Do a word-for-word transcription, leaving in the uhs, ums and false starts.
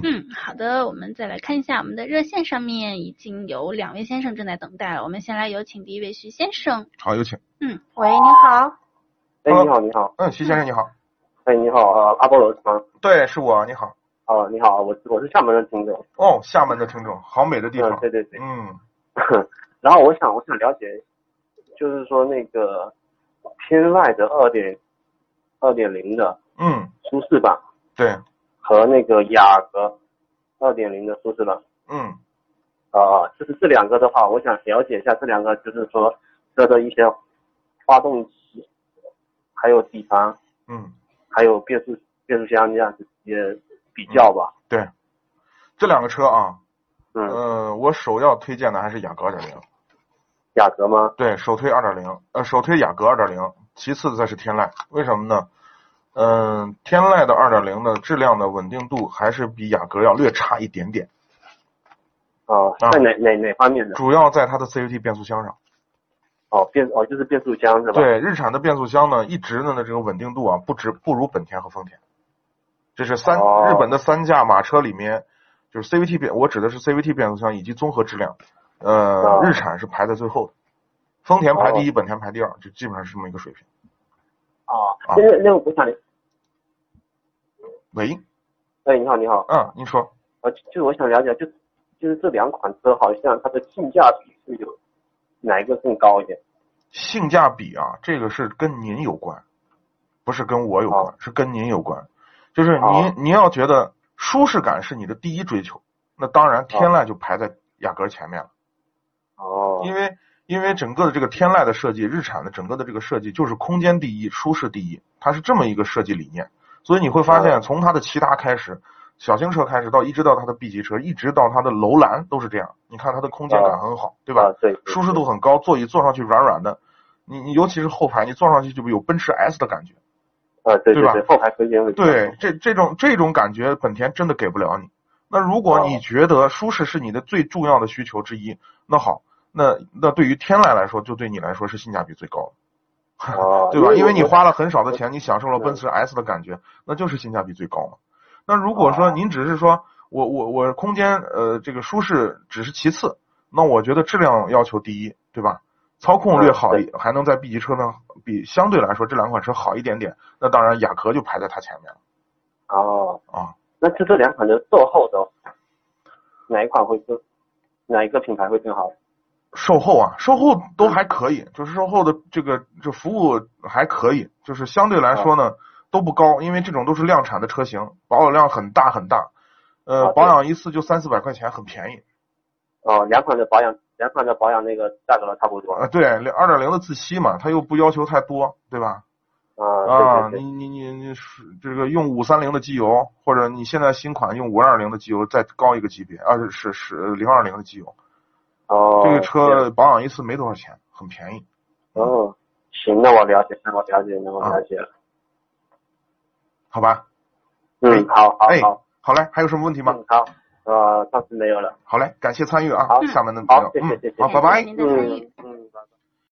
嗯，好的，我们再来看一下我们的热线上面已经有两位先生正在等待了，我们先来有请第一位徐先生。 好，有请。 嗯，喂，您好。 哎，你好，你好。 嗯，徐先生你好。 哎，你好，呃，阿波罗是吗？ 对，是我，你好。 哦，你好，我我是厦门的听众。 哦，厦门的听众，好美的地方。 嗯，对对对。 嗯。 然后我想，我想了解，就是说那个天籁的二点二点零的， 嗯， 舒适版。 对。 和那个雅阁二点零的舒适版。 嗯。 啊、呃，就是这两个的话，我想了解一下这两个，就是说车的一些发动机，还有底盘， 嗯， 还有变速变速箱这样子也比较吧。 嗯、对，这两个车啊， 嗯， 呃，我首要推荐的还是雅阁二点零。 雅阁吗？ 对，首推二点零，呃，首推雅阁二点零，其次再是天籁。为什么呢？嗯、呃，天籁的二点零的质量的稳定度还是比雅阁要略差一点点。 哦，在哪、啊、哪哪方面的？ 主要在它的 C V T 变速箱上。 哦，变哦就是变速箱是吧？ 对，日产的变速箱呢，一直呢的这个稳定度啊，不止不如本田和丰田。这是三、哦、日本的三驾马车里面，就是 C V T 变，我指的是 C V T 变速箱以及综合质量，呃，哦、日产是排在最后的，丰田排第一，哦、本田排第二，就基本上是这么一个水平。 哦，那个那个我想， 喂， 哎，你好，你好， 嗯，您说， 呃，就是我想了解，就就是这两款车好像它的性价比是有哪一个更高一点？ 性价比啊，这个是跟您有关，不是跟我有关，哦、是跟您有关。就是您、哦、您要觉得舒适感是你的第一追求，那当然天籁就排在雅阁前面了。 哦。 因为因为整个的这个天籁的设计，日产的整个的这个设计就是空间第一，舒适第一，它是这么一个设计理念。所以你会发现，从它的骐达开始，小型车开始，到一直到它的 B 级车，一直到它的楼兰都是这样。你看它的空间感很好， 哦、 对吧？ 啊、对, 对, 对。 舒适度很高，座椅坐上去软软的，你你尤其是后排，你坐上去就有奔驰 S 的感觉。 啊，对对吧？ 后排空间会。 对，这这种这种感觉，本田真的给不了你。那如果你觉得舒适是你的最重要的需求之一，那好，那那对于天籁来说，就对你来说是性价比最高的， 哦、 对吧？因为你花了很少的钱，你享受了奔驰 S 的感觉，那就是性价比最高嘛。那如果说您只是说我我我空间呃这个舒适只是其次，那我觉得质量要求第一，对吧？操控略好一，嗯、还能在 B 级车呢比相对来说这两款车好一点点，那当然雅阁就排在它前面了。 哦啊， 那这这两款的售后的哪一款会更，哪一个品牌会更好？ 售后啊，售后都还可以，就是售后的这个这服务还可以，就是相对来说呢、哦、都不高，因为这种都是量产的车型，保有量很大很大，呃，哦、保养一次就三四百块钱，很便宜。 哦，两款的保养，两款的保养那个价格差不多。 啊，对，二点零的自吸嘛，它又不要求太多，对吧？ 啊， 啊， 对对对你你你你这个用五三零的机油，或者你现在新款用五二零的机油再高一个级别，啊是是零二零的机油。 哦， 这个车保养一次没多少钱，很便宜。 哦，行，那我了解，那我了解，那我了解了。啊、 好吧。 嗯，好，好， 哎， 好， 好嘞，还有什么问题吗？ 嗯，好。呃，暂时没有了。 好嘞，感谢参与啊， 好， 厦门的朋友， 好，谢谢，谢谢， 好，拜拜。 您的参与。 嗯嗯。